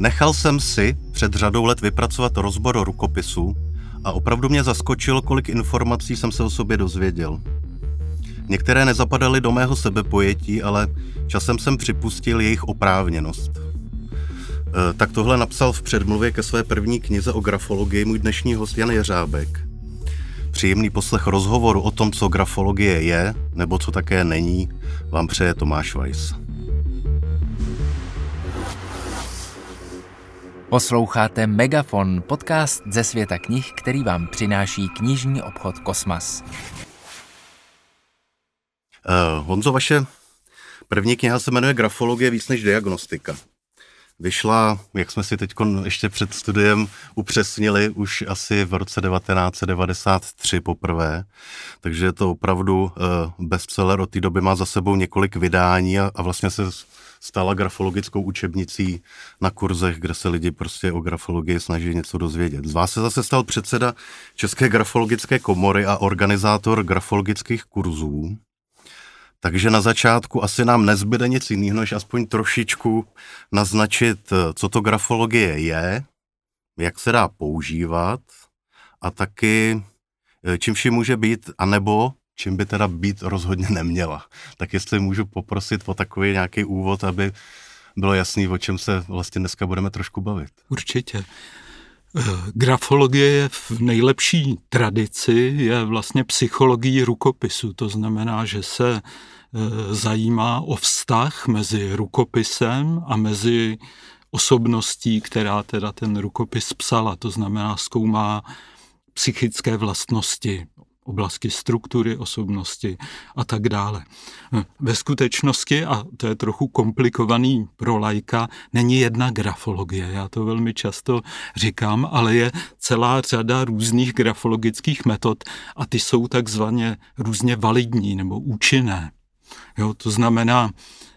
Nechal jsem si před řadou let vypracovat rozbor rukopisů a opravdu mě zaskočilo, kolik informací jsem se o sobě dozvěděl. Některé nezapadaly do mého sebepojetí, ale časem jsem připustil jejich oprávněnost. Tak tohle napsal v předmluvě ke své první knize o grafologii můj dnešní host Jan Jeřábek. Příjemný poslech rozhovoru o tom, co grafologie je, nebo co také není, vám přeje Tomáš Weiss. Posloucháte Megafon, podcast ze světa knih, který vám přináší knižní obchod Kosmas. Honzo, vaše první kniha se jmenuje Grafologie víc než diagnostika. Vyšla, jak jsme si teď ještě před studiem upřesnili, už asi v roce 1993 poprvé, takže je to opravdu bestseller, od té doby má za sebou několik vydání a vlastně se stala grafologickou učebnicí na kurzech, kde se lidi prostě o grafologii snaží něco dozvědět. Z vás se zase stal předseda České grafologické komory a organizátor grafologických kurzů. Takže na začátku asi nám nezbyde nic jiného, než aspoň trošičku naznačit, co to grafologie je, jak se dá používat a taky čím vším může být, anebo čím by teda být rozhodně neměla. Tak jestli můžu poprosit o takový nějaký úvod, aby bylo jasný, o čem se vlastně dneska budeme trošku bavit. Určitě. Grafologie je v nejlepší tradici, je vlastně psychologií rukopisu. To znamená, že se zajímá o vztah mezi rukopisem a mezi osobností, která teda ten rukopis psala. To znamená, zkoumá psychické vlastnosti, oblasti struktury osobnosti a tak dále. Ve skutečnosti, a to je trochu komplikovaný pro laika, není jedna grafologie, já to velmi často říkám, ale je celá řada různých grafologických metod a ty jsou takzvaně různě validní nebo účinné. Jo, to znamená,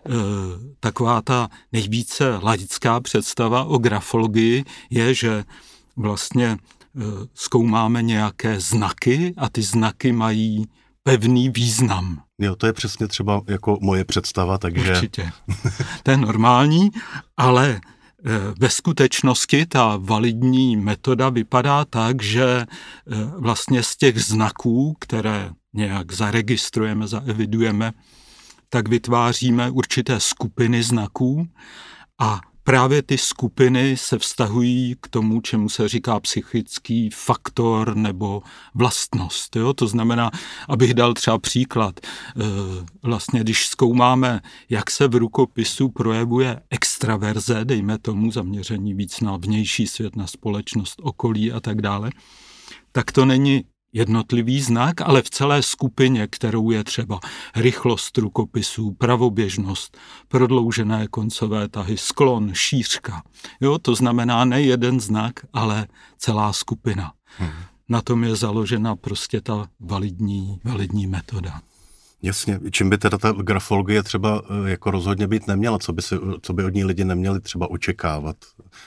taková ta nejvíce laická představa o grafologii je, že vlastně zkoumáme nějaké znaky a ty znaky mají pevný význam. Jo, to je přesně třeba jako moje představa, takže... Určitě. To je normální, ale ve skutečnosti ta validní metoda vypadá tak, že vlastně z těch znaků, které nějak zaregistrujeme, zaevidujeme, tak vytváříme určité skupiny znaků a právě ty skupiny se vztahují k tomu, čemu se říká psychický faktor nebo vlastnost. Jo? To znamená, abych dal třeba příklad, vlastně když zkoumáme, jak se v rukopisu projevuje extraverze, dejme tomu zaměření víc na vnější svět, na společnost, okolí a tak dále, tak to není jednotlivý znak, ale v celé skupině, kterou je třeba rychlost rukopisů, pravoběžnost, prodloužené koncové tahy, sklon, šířka. Jo, to znamená ne jeden znak, ale celá skupina. Na tom je založena prostě ta validní metoda. Jasně, čím by teda ta grafologie třeba jako rozhodně být neměla, co by od ní lidi neměli třeba očekávat?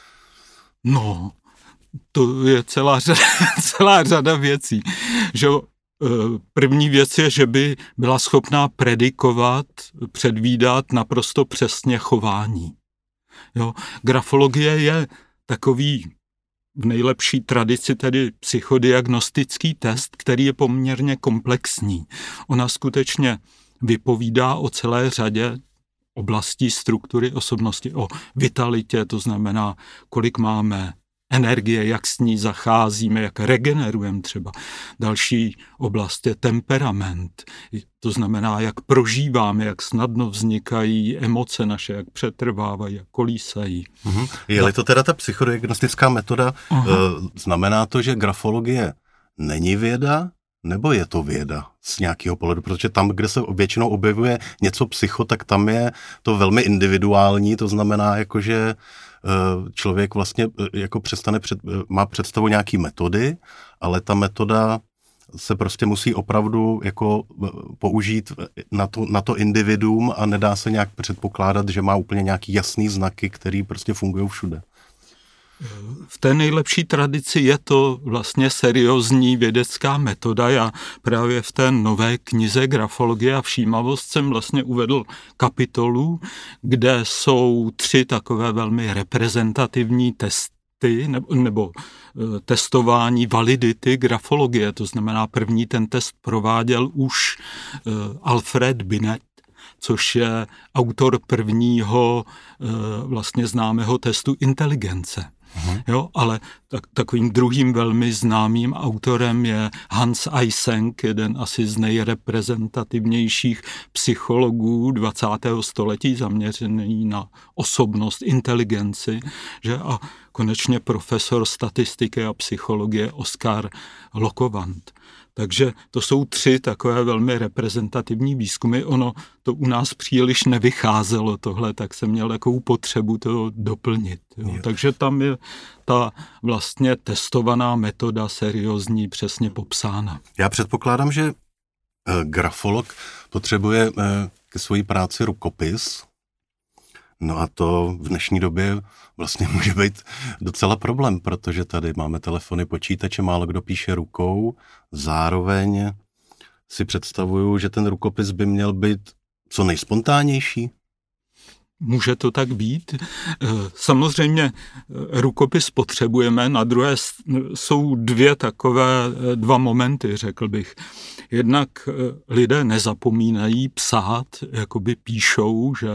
No, to je celá řada věcí. Že první věc je, že by byla schopná predikovat, předvídat naprosto přesně chování. Jo? Grafologie je takový v nejlepší tradici tedy psychodiagnostický test, který je poměrně komplexní. Ona skutečně vypovídá o celé řadě oblastí struktury osobnosti, o vitalitě, to znamená, kolik máme energie, jak s ní zacházíme, jak regenerujeme třeba. Další oblast je temperament, to znamená, jak prožíváme, jak snadno vznikají emoce naše, jak přetrvávají, jak kolísají. Je-li to teda ta psychodiagnostická metoda, znamená to, že grafologie není věda, nebo je to věda z nějakého pohledu? Protože tam, kde se většinou objevuje něco psycho, tak tam je to velmi individuální, to znamená, jakože člověk vlastně jako má představu nějaký metody, ale ta metoda se prostě musí opravdu jako použít na to individuum a nedá se nějak předpokládat, že má úplně nějaký jasný znaky, který prostě fungují všude. V té nejlepší tradici je to vlastně seriózní vědecká metoda. Já právě v té nové knize Grafologie a všímavost jsem vlastně uvedl kapitolu, kde jsou 3 takové velmi reprezentativní testy nebo testování validity grafologie. To znamená, první ten test prováděl už Alfred Binet, což je autor prvního vlastně známého testu inteligence. Jo, ale takovým druhým velmi známým autorem je Hans Eysenck, jeden asi z nejreprezentativnějších psychologů 20. století, zaměřený na osobnost, inteligenci, že a konečně profesor statistiky a psychologie Oskar Lokowand. Takže to jsou 3 takové velmi reprezentativní výzkumy. Ono to u nás příliš nevycházelo tohle, tak jsem měl takovou potřebu to doplnit. Jo. Takže tam je ta vlastně testovaná metoda seriózní přesně popsána. Já předpokládám, že grafolog potřebuje ke své práci rukopis. No a to v dnešní době vlastně může být docela problém, protože tady máme telefony, počítače, málo kdo píše rukou. Zároveň si představuju, že ten rukopis by měl být co nejspontánnější. Může to tak být. Samozřejmě rukopis potřebujeme, na druhé jsou 2 momenty, řekl bych. Jednak lidé nezapomínají psát, jakoby píšou, že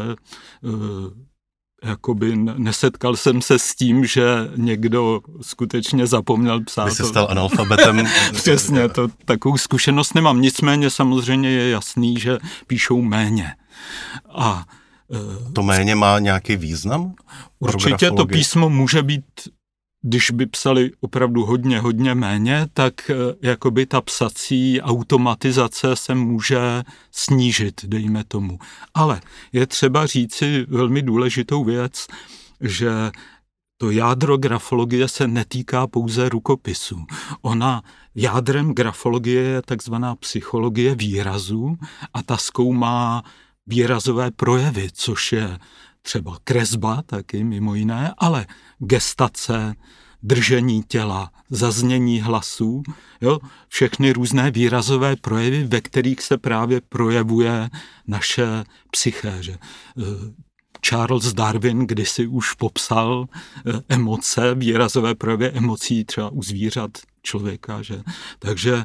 jakoby nesetkal jsem se s tím, že někdo skutečně zapomněl psát. By se stal analfabetem. Přesně, takovou zkušenost nemám. Nicméně samozřejmě je jasný, že píšou méně. A to méně má nějaký význam? Určitě to písmo může být, když by psali opravdu hodně méně, tak jakoby ta psací automatizace se může snížit, dejme tomu. Ale je třeba říci velmi důležitou věc, že to jádro grafologie se netýká pouze rukopisu. Jádrem grafologie je takzvaná psychologie výrazu a ta zkoumá výrazové projevy, což je třeba kresba taky mimo jiné, ale gestace, držení těla, zaznění hlasů, jo, všechny různé výrazové projevy, ve kterých se právě projevuje naše psyché. Že Charles Darwin kdysi už popsal emoce, výrazové projevy emocí třeba u zvířat, člověka. Že? Takže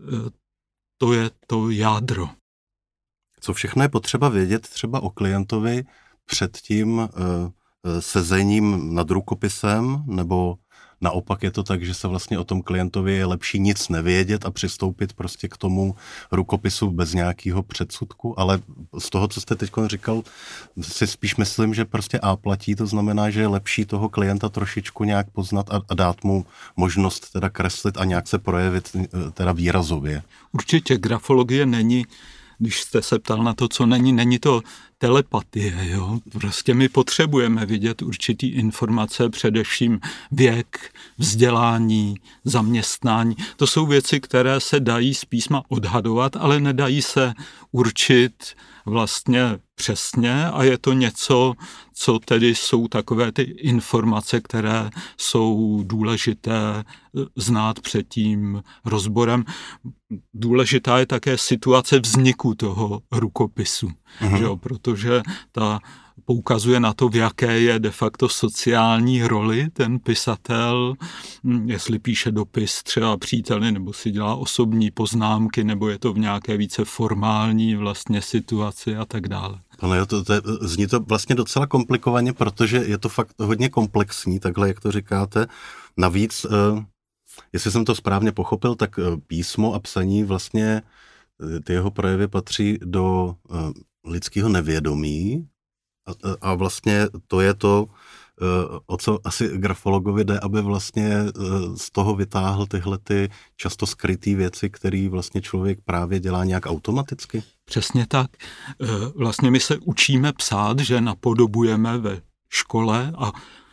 to je to jádro. Co všechno je potřeba vědět třeba o klientovi před tím sezením nad rukopisem, nebo naopak je to tak, že se vlastně o tom klientovi je lepší nic nevědět a přistoupit prostě k tomu rukopisu bez nějakého předsudku, ale z toho, co jste teď říkal, si spíš myslím, že prostě A platí, to znamená, že je lepší toho klienta trošičku nějak poznat a dát mu možnost teda kreslit a nějak se projevit teda výrazově. Určitě grafologie není, když jste se ptal na to, co není to telepatie, jo. Prostě my potřebujeme vidět určitý informace, především věk, vzdělání, zaměstnání. To jsou věci, které se dají z písma odhadovat, ale nedají se určit vlastně přesně a je to něco, co tedy jsou takové ty informace, které jsou důležité znát před tím rozborem. Důležitá je také situace vzniku toho rukopisu, že jo, protože ta poukazuje na to, v jaké je de facto sociální roli ten pisatel, jestli píše dopis třeba příteli, nebo si dělá osobní poznámky, nebo je to v nějaké více formální vlastně situaci a tak dále. Pane, zní to vlastně docela komplikovaně, protože je to fakt hodně komplexní, takhle, jak to říkáte. Navíc, jestli jsem to správně pochopil, tak písmo a psaní vlastně, ty jeho projevy patří do lidského nevědomí a vlastně to je to, o co asi grafologovi jde, aby vlastně z toho vytáhl tyhle ty často skrytý věci, které vlastně člověk právě dělá nějak automaticky. Přesně tak. Vlastně my se učíme psát, že napodobujeme ve škole a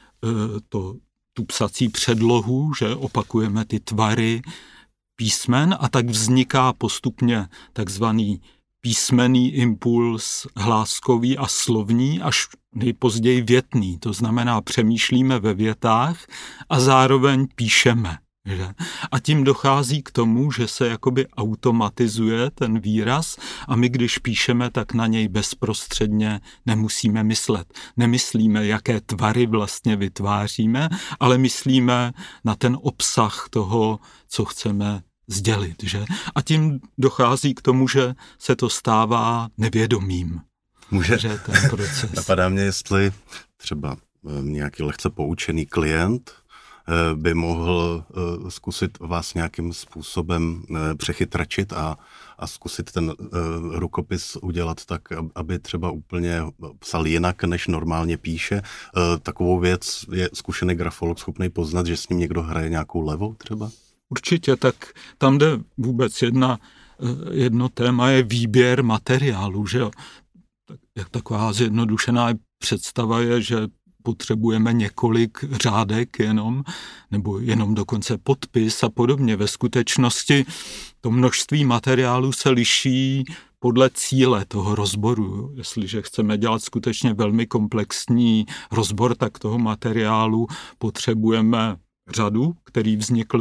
tu psací předlohu, že opakujeme ty tvary písmen a tak vzniká postupně takzvaný písmenný impuls hláskový a slovní, až nejpozději větný. To znamená, přemýšlíme ve větách a zároveň píšeme. Že? A tím dochází k tomu, že se jakoby automatizuje ten výraz a my, když píšeme, tak na něj bezprostředně nemusíme myslet. Nemyslíme, jaké tvary vlastně vytváříme, ale myslíme na ten obsah toho, co chceme sdělit. Že? A tím dochází k tomu, že se to stává nevědomým. Může. Ten proces. Napadá mě, jestli třeba nějaký lehce poučený klient by mohl zkusit vás nějakým způsobem přechytračit a zkusit ten rukopis udělat tak, aby třeba úplně psal jinak, než normálně píše. Takovou věc je zkušený grafolog schopný poznat, že s ním někdo hraje nějakou levou třeba? Určitě, tak tam jde vůbec jedno téma je výběr materiálu, že taková zjednodušená představa je, že potřebujeme několik řádek jenom, nebo jenom dokonce podpis a podobně. Ve skutečnosti to množství materiálu se liší podle cíle toho rozboru. Jestliže chceme dělat skutečně velmi komplexní rozbor, tak toho materiálu potřebujeme řadu, který vznikl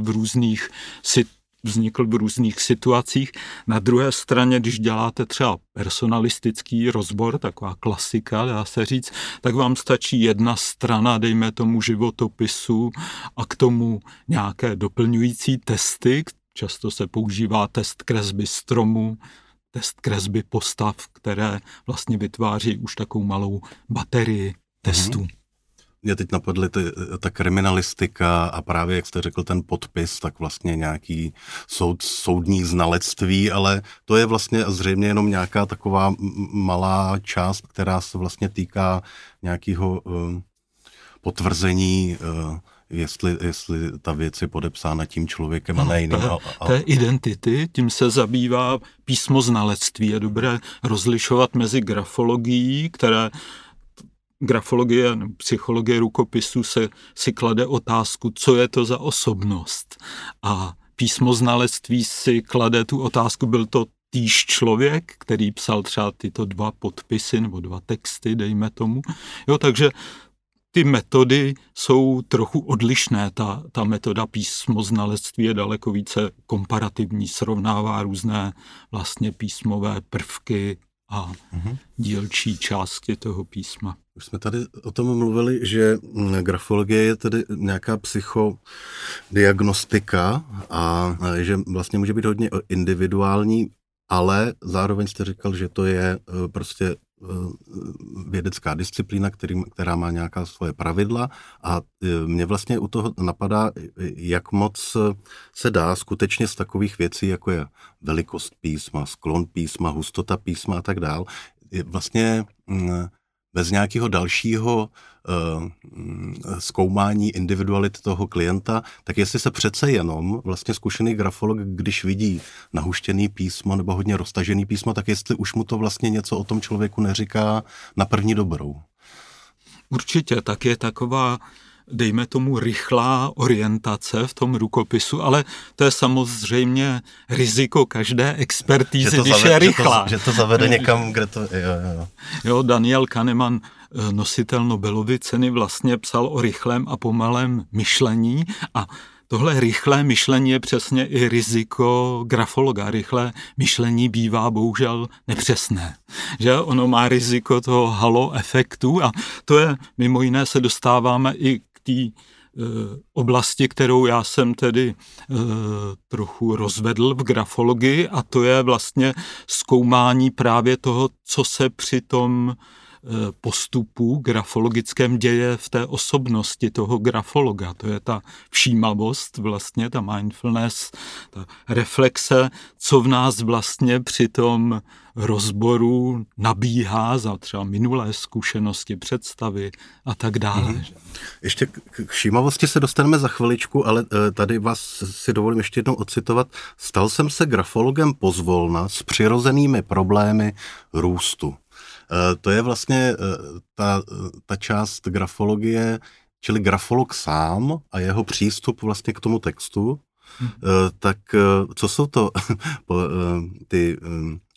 v různých situacích. Na druhé straně, když děláte třeba personalistický rozbor, taková klasika, dá se říct, tak vám stačí jedna strana, dejme tomu životopisu a k tomu nějaké doplňující testy. Často se používá test kresby stromu, test kresby postav, které vlastně vytváří už takovou malou baterii testů. Mě teď napadly ta kriminalistika a právě, jak jste řekl, ten podpis, tak vlastně nějaký soudní znalectví, ale to je vlastně zřejmě jenom nějaká taková malá část, která se vlastně týká nějakého potvrzení, jestli ta věc je podepsána tím člověkem a ne jiným. Té identity, tím se zabývá písmoznalectví. Je dobré rozlišovat mezi grafologií, grafologie, psychologie rukopisu si klade otázku, co je to za osobnost. A písmoznalectví si klade tu otázku, byl to týž člověk, který psal třeba tyto dva podpisy nebo dva texty, dejme tomu. Jo, takže ty metody jsou trochu odlišné. Ta metoda písmoznalectví je daleko více komparativní, srovnává různé vlastně písmové prvky a dílčí části toho písma. Už jsme tady o tom mluvili, že grafologie je tedy nějaká psychodiagnostika a že vlastně může být hodně individuální, ale zároveň jste říkal, že to je prostě vědecká disciplína, která má nějaká svoje pravidla a mě vlastně u toho napadá, jak moc se dá skutečně z takových věcí, jako je velikost písma, sklon písma, hustota písma a tak dál, vlastně bez nějakého dalšího zkoumání individuality toho klienta, tak jestli se přece jenom vlastně zkušený grafolog, když vidí nahuštěný písmo nebo hodně roztažený písmo, tak jestli už mu to vlastně něco o tom člověku neříká na první dobrou. Určitě, tak je taková, dejme tomu, rychlá orientace v tom rukopisu, ale to je samozřejmě riziko každé expertízy, když je rychlá. Že to zavede někam, kde to... Jo, Daniel Kahneman, nositel Nobelovy ceny, vlastně psal o rychlém a pomalém myšlení a tohle rychlé myšlení je přesně i riziko grafologa. Rychlé myšlení bývá bohužel nepřesné. Že ono má riziko toho halo efektu a to je, mimo jiné se dostáváme i k té oblasti, kterou já jsem tedy trochu rozvedl v grafologii a to je vlastně zkoumání právě toho, co se při tom postupu grafologickém děje v té osobnosti toho grafologa. To je ta všímavost, vlastně ta mindfulness, ta reflexe, co v nás vlastně při tom rozboru nabíhá za třeba minulé zkušenosti, představy a tak dále. Ještě k všímavosti se dostaneme za chviličku, ale tady vás si dovolím ještě jednou ocitovat. Stal jsem se grafologem pozvolna s přirozenými problémy růstu. To je vlastně ta část grafologie, čili grafolog sám a jeho přístup vlastně k tomu textu. Tak co jsou to ty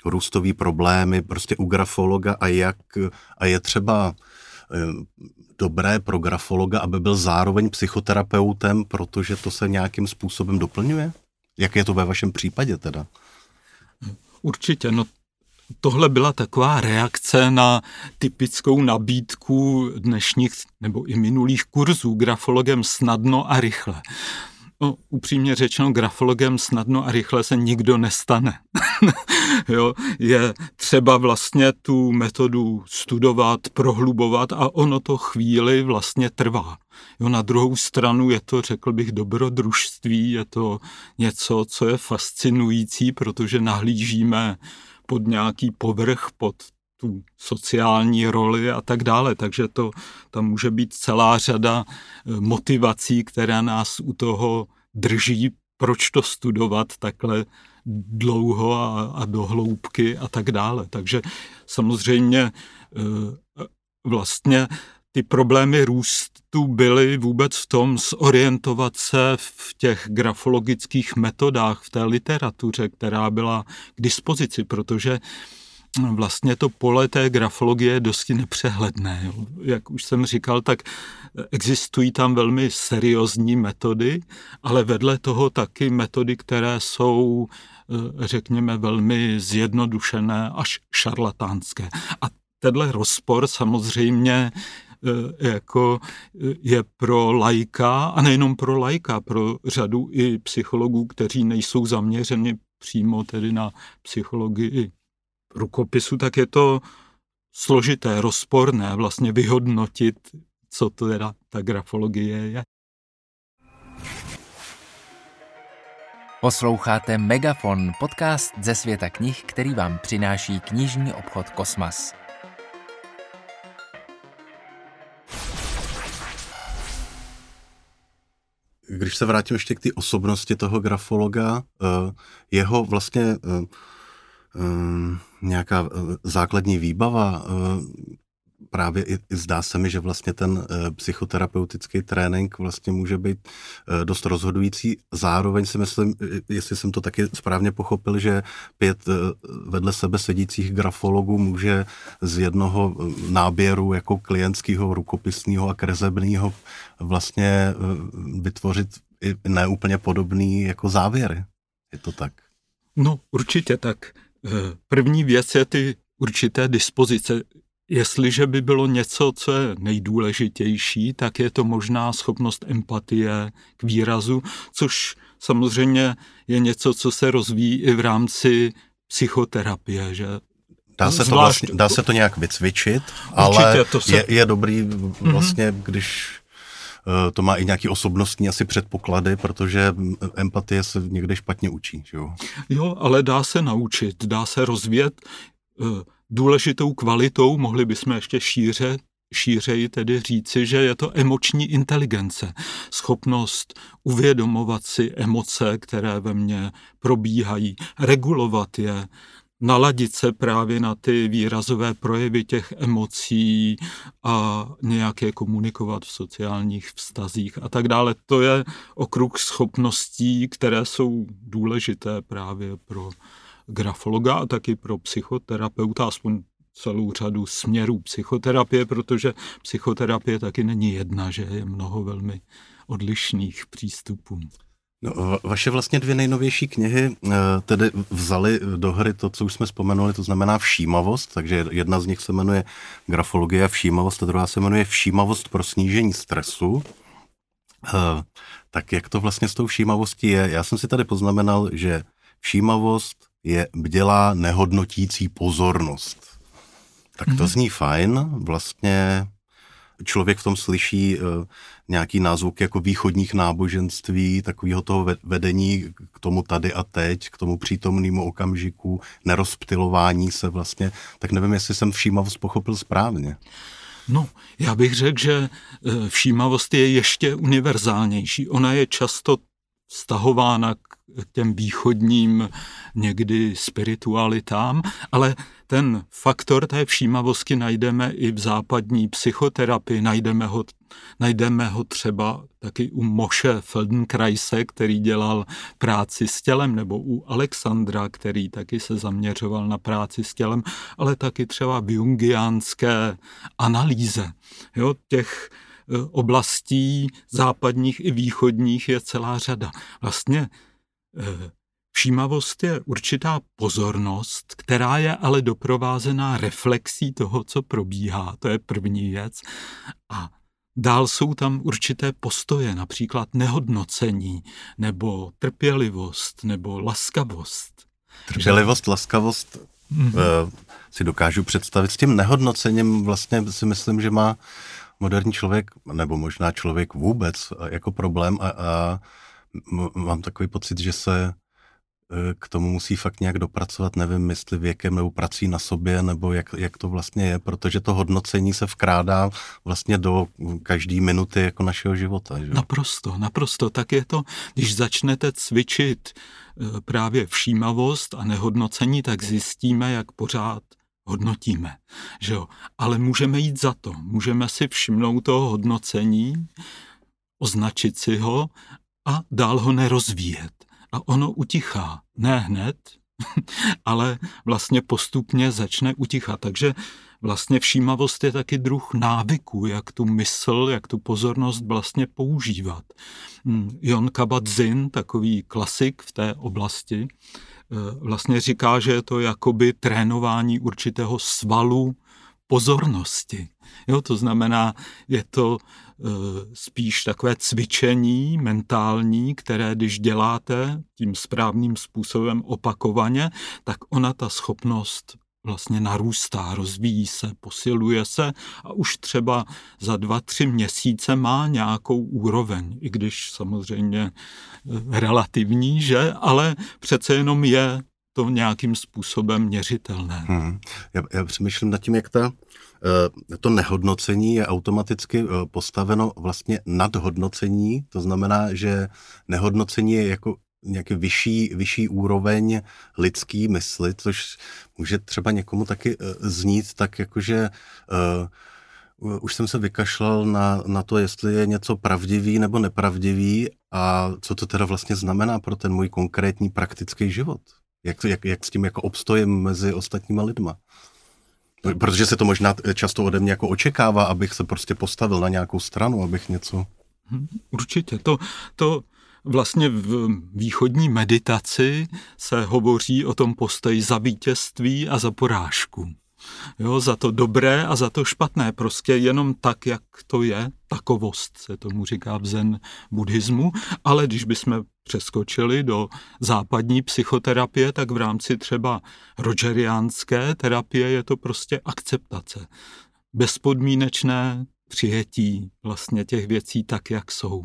růstové problémy prostě u grafologa a je třeba dobré pro grafologa, aby byl zároveň psychoterapeutem, protože to se nějakým způsobem doplňuje? Jak je to ve vašem případě teda? Určitě, no tohle byla taková reakce na typickou nabídku dnešních nebo i minulých kurzů grafologem snadno a rychle. No, upřímně řečeno, grafologem snadno a rychle se nikdo nestane. Jo, je třeba vlastně tu metodu studovat, prohlubovat a ono to chvíli vlastně trvá. Jo, na druhou stranu je to, řekl bych, dobrodružství, je to něco, co je fascinující, protože nahlížíme pod nějaký povrch, pod tu sociální roli a tak dále. Takže tam může být celá řada motivací, které nás u toho drží, proč to studovat takhle dlouho a do hloubky a tak dále. Takže samozřejmě vlastně ty problémy růstu byly vůbec v tom zorientovat se v těch grafologických metodách, v té literatuře, která byla k dispozici, protože vlastně to pole té grafologie je dosti nepřehledné. Jak už jsem říkal, tak existují tam velmi seriózní metody, ale vedle toho taky metody, které jsou, řekněme, velmi zjednodušené až šarlatánské. A tenhle rozpor samozřejmě jako je pro laika, a nejenom pro laika, pro řadu i psychologů, kteří nejsou zaměřeni přímo tedy na psychologii rukopisu, tak je to složité, rozporné vlastně vyhodnotit, co to teda ta grafologie je. Posloucháte Megafon, podcast ze světa knih, který vám přináší knižní obchod Kosmas. Když se vrátím ještě k té osobnosti toho grafologa, jeho vlastně nějaká základní výbava, právě i zdá se mi, že vlastně ten psychoterapeutický trénink vlastně může být dost rozhodující. Zároveň si myslím, jestli jsem to taky správně pochopil, že 5 vedle sebe sedících grafologů může z jednoho náběru jako klientského, rukopisného a kresebného vlastně vytvořit i neúplně podobný jako závěry. Je to tak? No, určitě tak. První věc je ty určité dispozice. Jestliže by bylo něco, co je nejdůležitější, tak je to možná schopnost empatie k výrazu, což samozřejmě je něco, co se rozvíjí i v rámci psychoterapie. Že? Dá se to nějak vycvičit, ale je dobrý vlastně, když to má i nějaký osobnostní asi předpoklady, protože empatie se někde špatně učí. Jo, ale dá se naučit, dá se rozvíjet důležitou kvalitou, mohli bychom ještě šířeji tedy říci, že je to emoční inteligence, schopnost uvědomovat si emoce, které ve mně probíhají, regulovat je, naladit se právě na ty výrazové projevy těch emocí a nějak je komunikovat v sociálních vztazích a tak dále. To je okruh schopností, které jsou důležité právě pro grafologa a taky pro psychoterapeuta, aspoň celou řadu směrů psychoterapie, protože psychoterapie taky není jedna, že je mnoho velmi odlišných přístupů. No, vaše vlastně 2 nejnovější knihy tedy vzaly do hry to, co už jsme vzpomenuli, to znamená všímavost, takže jedna z nich se jmenuje Grafologie a všímavost, a druhá se jmenuje Všímavost pro snížení stresu. Tak jak to vlastně s tou všímavostí je? Já jsem si tady poznamenal, že všímavost je bdělá nehodnotící pozornost. Tak to zní fajn, vlastně člověk v tom slyší nějaký názvuk jako východních náboženství, takového toho vedení k tomu tady a teď, k tomu přítomnému okamžiku, nerozptylování se vlastně, tak nevím, jestli jsem všímavost pochopil správně. No, já bych řekl, že všímavost je ještě univerzálnější. Ona je často vztahována k těm východním někdy spiritualitám, ale ten faktor té všímavosti najdeme i v západní psychoterapii, najdeme ho třeba taky u Moshe Feldenkraise, který dělal práci s tělem, nebo u Alexandra, který taky se zaměřoval na práci s tělem, ale taky třeba v jungiánské analýze. Jo, těch oblastí západních i východních je celá řada. Vlastně všímavost je určitá pozornost, která je ale doprovázená reflexí toho, co probíhá. To je první věc. A dál jsou tam určité postoje, například nehodnocení, nebo trpělivost, nebo laskavost. Trpělivost, laskavost si dokážu představit. S tím nehodnocením vlastně si myslím, že má moderní člověk, nebo možná člověk vůbec jako problém a mám takový pocit, že se k tomu musí fakt nějak dopracovat, nevím, jestli věkem nebo prací na sobě, nebo jak to vlastně je, protože to hodnocení se vkrádá vlastně do každé minuty jako našeho života. Že? Naprosto. Tak je to, když začnete cvičit právě všímavost a nehodnocení, tak zjistíme, jak pořád hodnotíme. Že jo? Ale můžeme jít za to. Můžeme si všimnout toho hodnocení, označit si ho a dál ho nerozvíjet. A ono utichá. Ne hned, ale vlastně postupně začne utichat. Takže vlastně všímavost je taky druh návyku, jak tu mysl, jak tu pozornost vlastně používat. Jon Kabat-Zinn, takový klasik v té oblasti, vlastně říká, že je to jakoby trénování určitého svalu pozornosti. Jo, to znamená, je to spíš takové cvičení mentální, které když děláte tím správným způsobem opakovaně, tak ona ta schopnost vlastně narůstá, rozvíjí se, posiluje se a už třeba za 2-3 měsíce má nějakou úroveň, i když samozřejmě relativní, že, ale přece jenom je to nějakým způsobem měřitelné. Já přemýšlím nad tím, jak to nehodnocení je automaticky postaveno vlastně nad hodnocení, to znamená, že nehodnocení je jako nějaký vyšší úroveň lidský mysli, což může třeba někomu taky znít tak jakože už jsem se vykašlal na to, jestli je něco pravdivý nebo nepravdivý a co to teda vlastně znamená pro ten můj konkrétní praktický život. Jak s tím jako obstojem mezi ostatníma lidma. Protože se to možná často ode mě jako očekává, abych se prostě postavil na nějakou stranu, abych něco... Určitě. To vlastně v východní meditaci se hovoří o tom postoji za vítězství a za porážku. Jo, za to dobré a za to špatné. Prostě jenom tak, jak to je, takovost se tomu říká v zen buddhismu, ale když bychom přeskočili do západní psychoterapie, tak v rámci třeba rogeriánské terapie je to prostě akceptace. Bezpodmínečné přijetí vlastně těch věcí tak, jak jsou.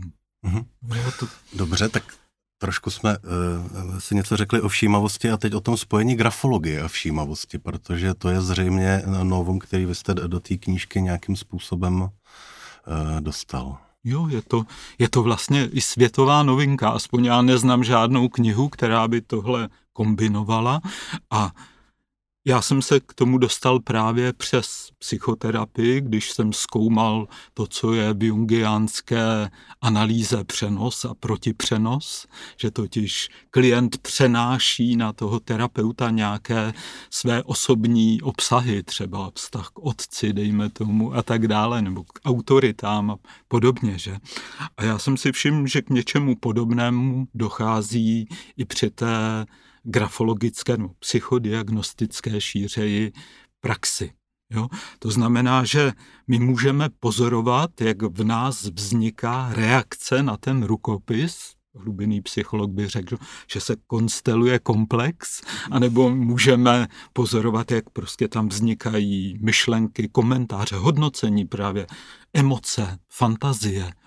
Dobře, tak trošku jsme si něco řekli o všímavosti a teď o tom spojení grafologie a všímavosti, protože to je zřejmě novum, který vy jste do té knížky nějakým způsobem dostal. Jo, je to vlastně i světová novinka, aspoň já neznám žádnou knihu, která by tohle kombinovala a já jsem se k tomu dostal právě přes psychoterapii, když jsem zkoumal to, co je v jungiánské analýze přenos a protipřenos, že totiž klient přenáší na toho terapeuta nějaké své osobní obsahy, třeba vztah k otci, dejme tomu, a tak dále, nebo k autoritám a podobně, že? A já jsem si všiml, že k něčemu podobnému dochází i při té grafologické nebo psychodiagnostické šířeji praxi. Jo? To znamená, že my můžeme pozorovat, jak v nás vzniká reakce na ten rukopis. Hlubinný psycholog by řekl, že se konsteluje komplex, anebo můžeme pozorovat, jak prostě tam vznikají myšlenky, komentáře, hodnocení právě, emoce, fantazie,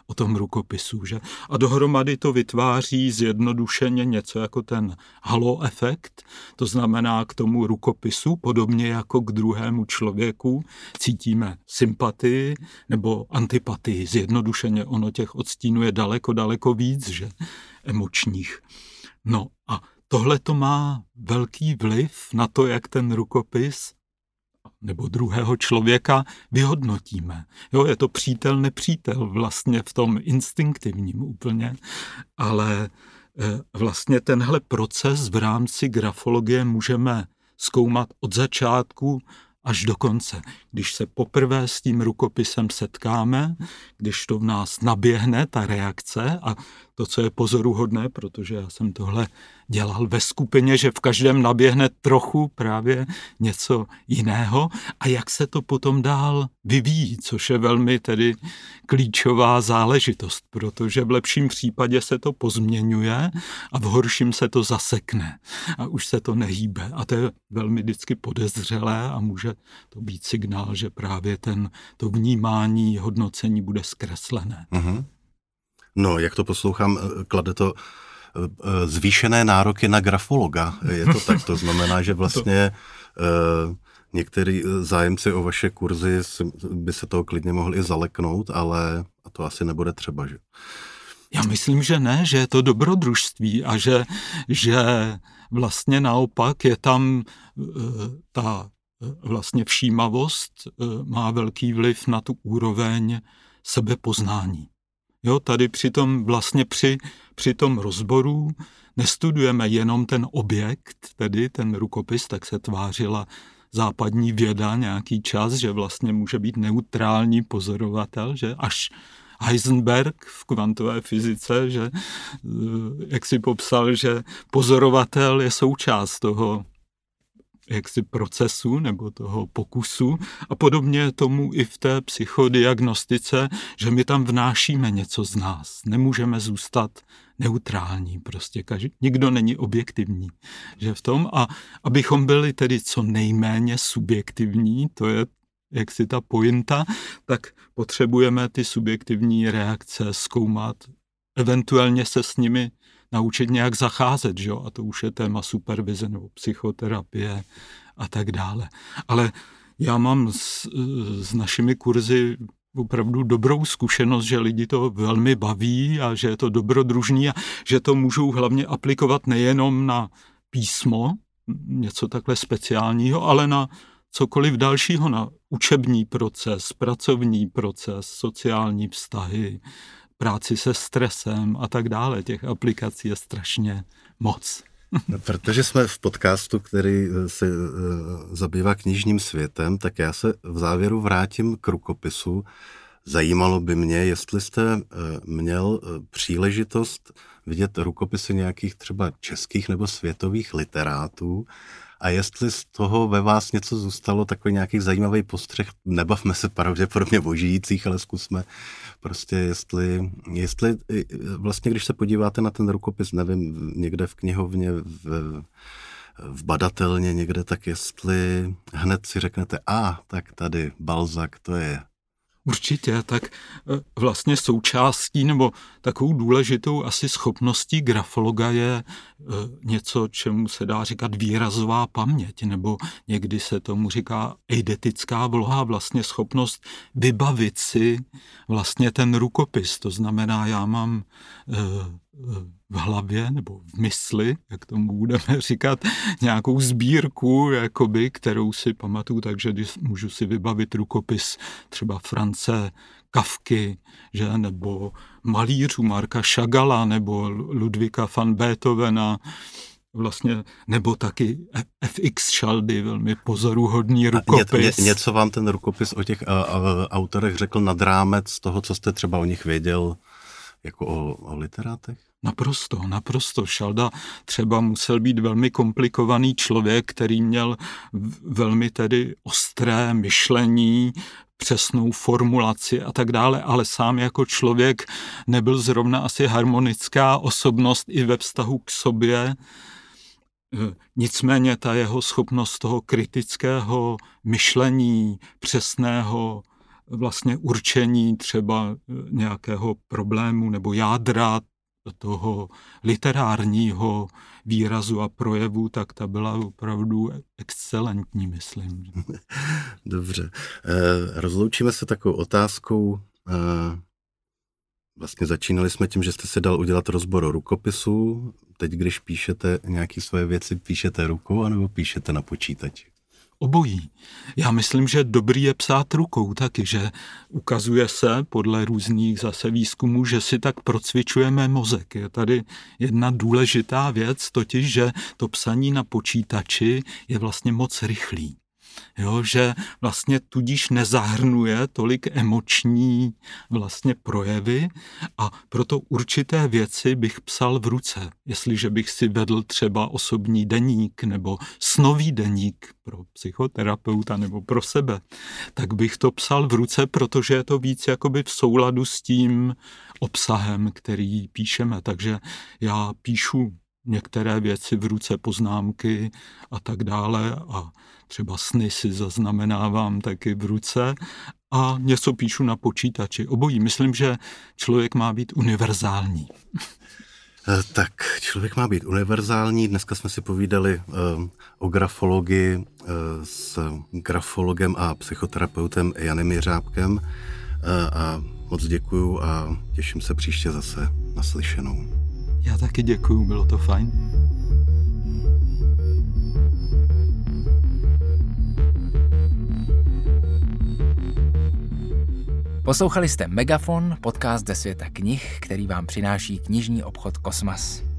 o tom rukopisu. Že? A dohromady to vytváří zjednodušeně něco jako ten halo efekt, to znamená k tomu rukopisu, podobně jako k druhému člověku, cítíme sympatii nebo antipatii. Zjednodušeně ono těch odstínů je daleko víc, že? Emočních. No a tohle to má velký vliv na to, jak ten rukopis nebo druhého člověka vyhodnotíme. Jo, je to přítel, nepřítel vlastně v tom instinktivním úplně, ale vlastně tenhle proces v rámci grafologie můžeme zkoumat od začátku až do konce. Když se poprvé s tím rukopisem setkáme, když to v nás naběhne, ta reakce a to, co je pozoruhodné, protože já jsem tohle dělal ve skupině, že v každém naběhne trochu právě něco jiného a jak se to potom dál vyvíjí, což je velmi tedy klíčová záležitost, protože v lepším případě se to pozměňuje a v horším se to zasekne a už se to nehýbe. A to je velmi vždycky podezřelé a může to být signál, že právě to vnímání, hodnocení bude zkreslené. Mm-hmm. No, jak to poslouchám, klade to zvýšené nároky na grafologa. Je to tak, to znamená, že vlastně některý zájemci o vaše kurzy by se toho klidně mohli i zaleknout, ale a to asi nebude třeba, že? Já myslím, že ne, že je to dobrodružství a že vlastně naopak je tam ta vlastně všímavost má velký vliv na tu úroveň sebepoznání. Jo, tady při tom rozboru nestudujeme jenom ten objekt, tedy ten rukopis, tak se tvářila západní věda nějaký čas, že vlastně může být neutrální pozorovatel, že až Heisenberg v kvantové fyzice, že jak si popsal, že pozorovatel je součást toho jaksi procesu nebo toho pokusu a podobně tomu i v té psychodiagnostice, že my tam vnášíme něco z nás. Nemůžeme zůstat neutrální, prostě nikdo není objektivní. Že v tom a abychom byli tedy co nejméně subjektivní, to je jaksi ta pointa, tak potřebujeme ty subjektivní reakce zkoumat, eventuálně se s nimi naučit nějak zacházet, že jo? A to už je téma supervize nebo psychoterapie a tak dále. Ale já mám s našimi kurzy opravdu dobrou zkušenost, že lidi to velmi baví a že je to dobrodružný a že to můžou hlavně aplikovat nejenom na písmo, něco takhle speciálního, ale na cokoliv dalšího, na učební proces, pracovní proces, sociální vztahy, práci se stresem a tak dále. Těch aplikací je strašně moc. Protože jsme v podcastu, který se zabývá knižním světem, tak já se v závěru vrátím k rukopisu. Zajímalo by mě, jestli jste měl příležitost vidět rukopisy nějakých třeba českých nebo světových literátů a jestli z toho ve vás něco zůstalo, takový nějaký zajímavý postřeh, nebavme se pravděpodobně o žijících, ale zkusme prostě, jestli vlastně, když se podíváte na ten rukopis, nevím, někde v knihovně, v badatelně někde, tak jestli hned si řeknete, tak tady Balzac, to je. Určitě, tak vlastně součástí nebo takovou důležitou asi schopností grafologa je něco, čemu se dá říkat výrazová paměť, nebo někdy se tomu říká eidetická vloha, vlastně schopnost vybavit si vlastně ten rukopis. To znamená, já mám v hlavě nebo v mysli, jak tomu budeme říkat, nějakou sbírku, jakoby, kterou si pamatuju, takže můžu si vybavit rukopis třeba France Kafky, že, nebo malířů Marka Chagalla, nebo Ludvíka van Beethovena, vlastně, nebo taky FX Schaldy, velmi pozoruhodný rukopis. Něco vám ten rukopis o těch autorech řekl nad rámec toho, co jste třeba o nich věděl, jako o literátech? Naprosto. Schalda třeba musel být velmi komplikovaný člověk, který měl velmi tedy ostré myšlení, přesnou formulaci a tak dále, ale sám jako člověk nebyl zrovna asi harmonická osobnost i ve vztahu k sobě. Nicméně ta jeho schopnost toho kritického myšlení, přesného vlastně určení třeba nějakého problému nebo jádra toho literárního výrazu a projevu, tak ta byla opravdu excelentní, myslím. Dobře. Rozloučíme se takovou otázkou. Vlastně začínali jsme tím, že jste si dal udělat rozbor rukopisu. Teď, když píšete nějaké svoje věci, píšete rukou anebo píšete na počítači? Obojí. Já myslím, že dobrý je psát rukou taky, že ukazuje se podle různých zase výzkumů, že si tak procvičujeme mozek. Je tady jedna důležitá věc, totiž, že to psaní na počítači je vlastně moc rychlý. Jo, že vlastně tudíž nezahrnuje tolik emoční vlastně projevy a proto určité věci bych psal v ruce. Jestliže bych si vedl třeba osobní deník nebo snový deník pro psychoterapeuta nebo pro sebe, tak bych to psal v ruce, protože je to víc jakoby v souladu s tím obsahem, který píšeme. Takže já píšu některé věci v ruce, poznámky a tak dále a třeba sny si zaznamenávám taky v ruce a něco píšu na počítači. Obojí. Myslím, že člověk má být univerzální. Tak, člověk má být univerzální. Dneska jsme si povídali o grafologii s grafologem a psychoterapeutem Janem Jeřábkem a moc děkuju a těším se příště zase naslyšenou. Já taky děkuju, bylo to fajn. Poslouchali jste Megafon, podcast ze světa knih, který vám přináší knižní obchod Kosmas.